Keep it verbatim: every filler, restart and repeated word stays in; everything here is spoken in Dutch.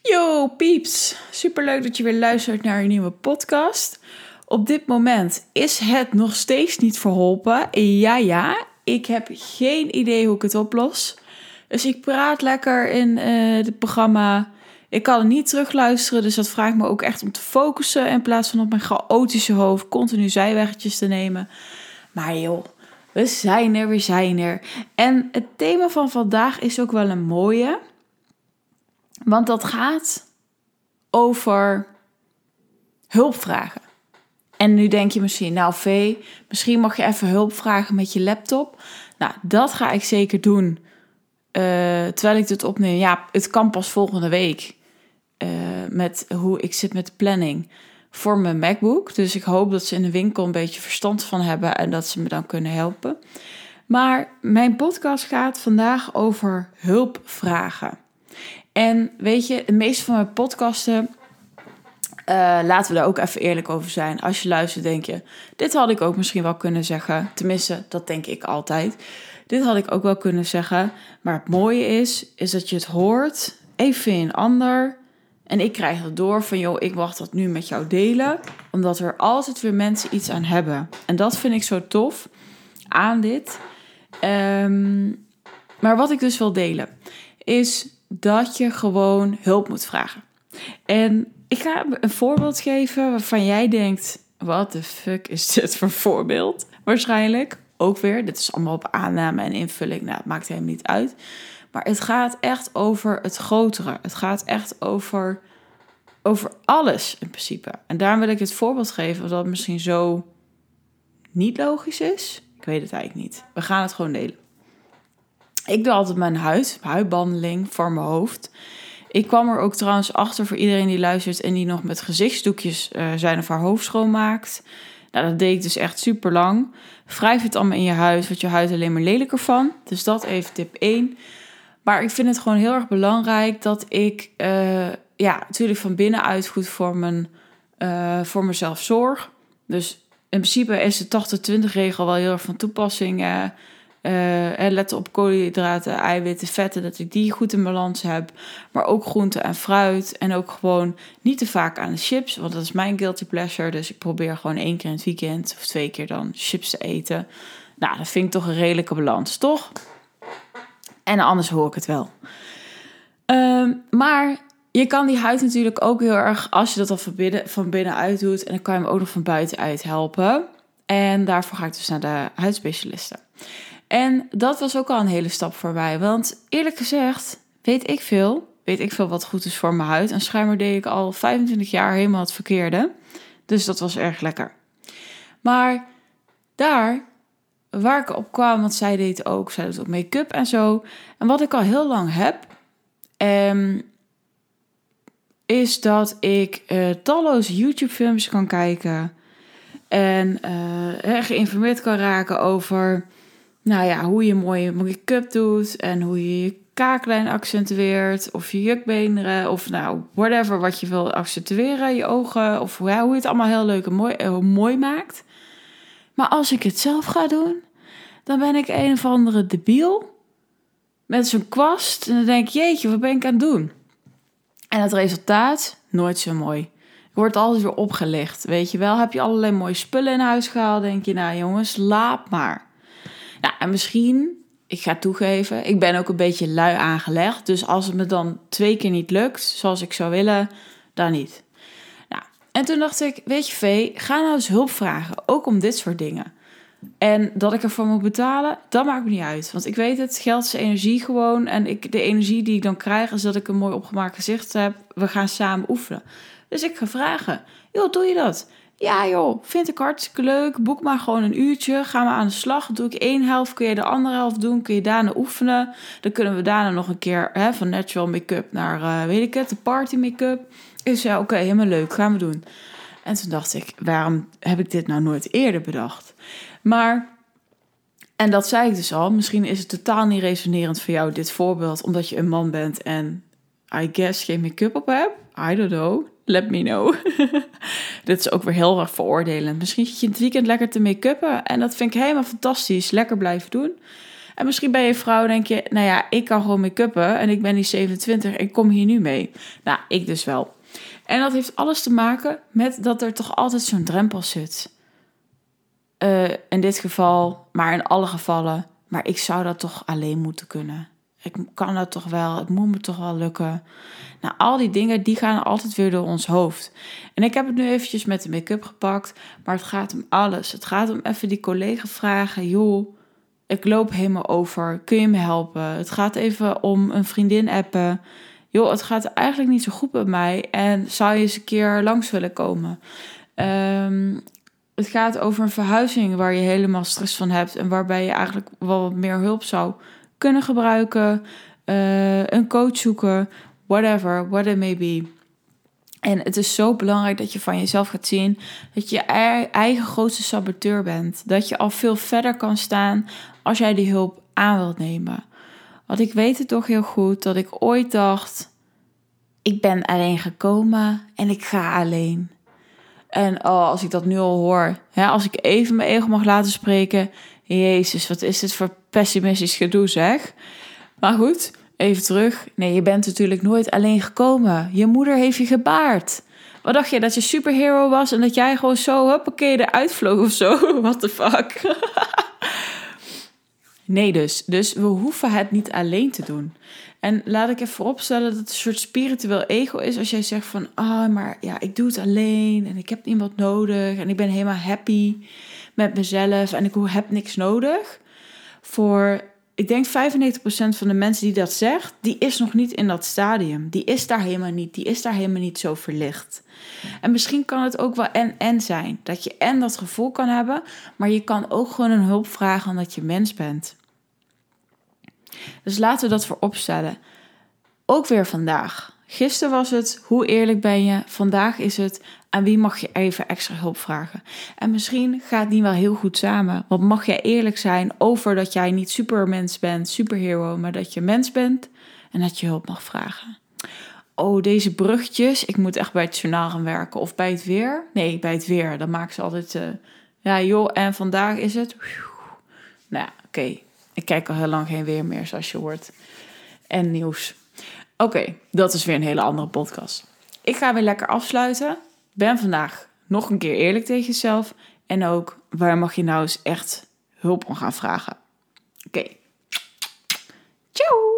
Yo pieps, superleuk dat je weer luistert naar een nieuwe podcast. Op dit moment is het nog steeds niet verholpen. Ja, ja, ik heb geen idee hoe ik het oplos. Dus ik praat lekker in uh, het programma. Ik kan het niet terugluisteren, dus dat vraagt me ook echt om te focussen in plaats van op mijn chaotische hoofd continu zijweggetjes te nemen. Maar joh, we zijn er, we zijn er. En het thema van vandaag is ook wel een mooie. Want dat gaat over hulp vragen. En nu denk je misschien, nou Vee, misschien mag je even hulp vragen met je laptop. Nou, dat ga ik zeker doen uh, terwijl ik dit opneem. Ja, het kan pas volgende week uh, met hoe ik zit met de planning voor mijn MacBook. Dus ik hoop dat ze in de winkel een beetje verstand van hebben en dat ze me dan kunnen helpen. Maar mijn podcast gaat vandaag over hulp vragen. En weet je, de meeste van mijn podcasten, uh, laten we daar ook even eerlijk over zijn. Als je luistert denk je, dit had ik ook misschien wel kunnen zeggen. Tenminste, dat denk ik altijd. Dit had ik ook wel kunnen zeggen. Maar het mooie is, is dat je het hoort, even in een ander. En ik krijg het door van, joh, ik mag dat nu met jou delen. Omdat er altijd weer mensen iets aan hebben. En dat vind ik zo tof aan dit. Um, maar wat ik dus wil delen, is dat je gewoon hulp moet vragen. En ik ga een voorbeeld geven waarvan jij denkt, wat de fuck is dit voor voorbeeld? Waarschijnlijk ook weer. Dit is allemaal op aanname en invulling. Nou, het maakt helemaal niet uit. Maar het gaat echt over het grotere. Het gaat echt over, over alles in principe. En daarom wil ik het voorbeeld geven, omdat het misschien zo niet logisch is. Ik weet het eigenlijk niet. We gaan het gewoon delen. Ik doe altijd mijn huid, huidbehandeling voor mijn hoofd. Ik kwam er ook trouwens achter voor iedereen die luistert en die nog met gezichtsdoekjes uh, zijn of haar hoofd schoonmaakt. Nou, dat deed ik dus echt super lang. Wrijf het allemaal in je huid, wordt je huid alleen maar lelijker van. Dus dat even tip één. Maar ik vind het gewoon heel erg belangrijk dat ik, uh, ja, natuurlijk van binnenuit goed voor, mijn, uh, voor mezelf zorg. Dus in principe is de tachtig twintig regel wel heel erg van toepassing. Uh, Uh, letten op koolhydraten, eiwitten, vetten, dat ik die goed in balans heb. Maar ook groenten en fruit. En ook gewoon niet te vaak aan de chips, want dat is mijn guilty pleasure. Dus ik probeer gewoon één keer in het weekend of twee keer dan chips te eten. Nou, dat vind ik toch een redelijke balans, toch? En anders hoor ik het wel. Um, maar je kan die huid natuurlijk ook heel erg, als je dat al van, binnen, van binnenuit doet, en dan kan je hem ook nog van buitenuit helpen. En daarvoor ga ik dus naar de huidspecialisten. En dat was ook al een hele stap voor mij. Want eerlijk gezegd, weet ik veel. Weet ik veel wat goed is voor mijn huid. En schijnbaar deed ik al vijfentwintig jaar helemaal het verkeerde. Dus dat was erg lekker. Maar daar, waar ik op kwam, want zij deed ook, zij doet ook make-up en zo. En wat ik al heel lang heb, um, is dat ik uh, talloze YouTube-films kan kijken. En uh, geïnformeerd kan raken over, nou ja, hoe je mooie make-up doet en hoe je je kaaklijn accentueert of je jukbeenderen of nou, whatever wat je wil accentueren, je ogen of ja, hoe je het allemaal heel leuk en mooi, uh, mooi maakt. Maar als ik het zelf ga doen, dan ben ik een of andere debiel met zo'n kwast en dan denk ik, jeetje, wat ben ik aan het doen? En het resultaat, nooit zo mooi. Wordt altijd weer opgelicht, weet je wel. Heb je allerlei mooie spullen in huis gehaald, denk je, nou jongens, laat maar. Nou, en misschien, ik ga toegeven, ik ben ook een beetje lui aangelegd. Dus als het me dan twee keer niet lukt, zoals ik zou willen, dan niet. Nou, en toen dacht ik, weet je Vee, ga nou eens hulp vragen, ook om dit soort dingen. En dat ik ervoor moet betalen, dat maakt me niet uit. Want ik weet het, geld is energie gewoon. En ik, de energie die ik dan krijg, is dat ik een mooi opgemaakt gezicht heb. We gaan samen oefenen. Dus ik ga vragen, joh, doe je dat? Ja joh, vind ik hartstikke leuk. Boek maar gewoon een uurtje. Gaan we aan de slag. Doe ik één helft, kun je de andere helft doen. Kun je daarna oefenen. Dan kunnen we daarna nog een keer hè, van natural make-up naar, uh, weet ik het, de party make-up. Ik zei, oké, okay, helemaal leuk, gaan we doen. En toen dacht ik, waarom heb ik dit nou nooit eerder bedacht? Maar, en dat zei ik dus al, misschien is het totaal niet resonerend voor jou, dit voorbeeld, omdat je een man bent en I guess geen make-up op hebt. I don't know. Let me know. Dit is ook weer heel erg veroordelend. Misschien zit je in het weekend lekker te make-uppen en dat vind ik helemaal fantastisch. Lekker blijven doen. En misschien ben je vrouw, denk je, nou ja, ik kan gewoon make-uppen en ik ben niet zevenentwintig en kom hier nu mee. Nou, ik dus wel. En dat heeft alles te maken met dat er toch altijd zo'n drempel zit. Uh, in dit geval, maar in alle gevallen. Maar ik zou dat toch alleen moeten kunnen. Ik kan dat toch wel, het moet me toch wel lukken. Nou, al die dingen, die gaan altijd weer door ons hoofd. En ik heb het nu eventjes met de make-up gepakt, maar het gaat om alles. Het gaat om even die collega vragen, joh, ik loop helemaal over, kun je me helpen? Het gaat even om een vriendin appen. Joh, het gaat eigenlijk niet zo goed bij mij en zou je eens een keer langs willen komen? Um, het gaat over een verhuizing waar je helemaal stress van hebt en waarbij je eigenlijk wel wat meer hulp zou kunnen gebruiken, uh, een coach zoeken, whatever, what it may be. En het is zo belangrijk dat je van jezelf gaat zien dat je eigen grootste saboteur bent. Dat je al veel verder kan staan als jij die hulp aan wilt nemen. Want ik weet het toch heel goed dat ik ooit dacht, ik ben alleen gekomen en ik ga alleen. En oh, als ik dat nu al hoor, hè, als ik even mijn ego mag laten spreken, Jezus, wat is dit voor pessimistisch gedoe zeg. Maar goed, even terug. Nee, je bent natuurlijk nooit alleen gekomen. Je moeder heeft je gebaard. Wat dacht je, dat je superhero was en dat jij gewoon zo, huppakee, eruit vloog of zo? What the fuck? Nee dus. Dus we hoeven het niet alleen te doen. En laat ik even vooropstellen dat het een soort spiritueel ego is. Als jij zegt van, ah, oh, maar ja, ik doe het alleen en ik heb niemand nodig. En ik ben helemaal happy met mezelf en ik heb niks nodig. Voor, ik denk vijfennegentig procent van de mensen die dat zegt, die is nog niet in dat stadium. Die is daar helemaal niet. Die is daar helemaal niet zo verlicht. En misschien kan het ook wel en-en zijn. Dat je en dat gevoel kan hebben, maar je kan ook gewoon een hulp vragen omdat je mens bent. Dus laten we dat voorop stellen. Ook weer vandaag. Gisteren was het, hoe eerlijk ben je? Vandaag is het, aan wie mag je even extra hulp vragen? En misschien gaat het niet wel heel goed samen. Want mag jij eerlijk zijn over dat jij niet supermens bent, superhero, maar dat je mens bent en dat je hulp mag vragen. Oh, deze bruggetjes, ik moet echt bij het journaal gaan werken. Of bij het weer? Nee, bij het weer. Dan maken ze altijd, uh, ja joh, en vandaag is het. Nou ja, oké. Okay. Ik kijk al heel lang geen weer meer, zoals je hoort. En nieuws. Oké, okay, dat is weer een hele andere podcast. Ik ga weer lekker afsluiten. Ben vandaag nog een keer eerlijk tegen jezelf. En ook, waar mag je nou eens echt hulp om gaan vragen? Oké. Okay. Ciao!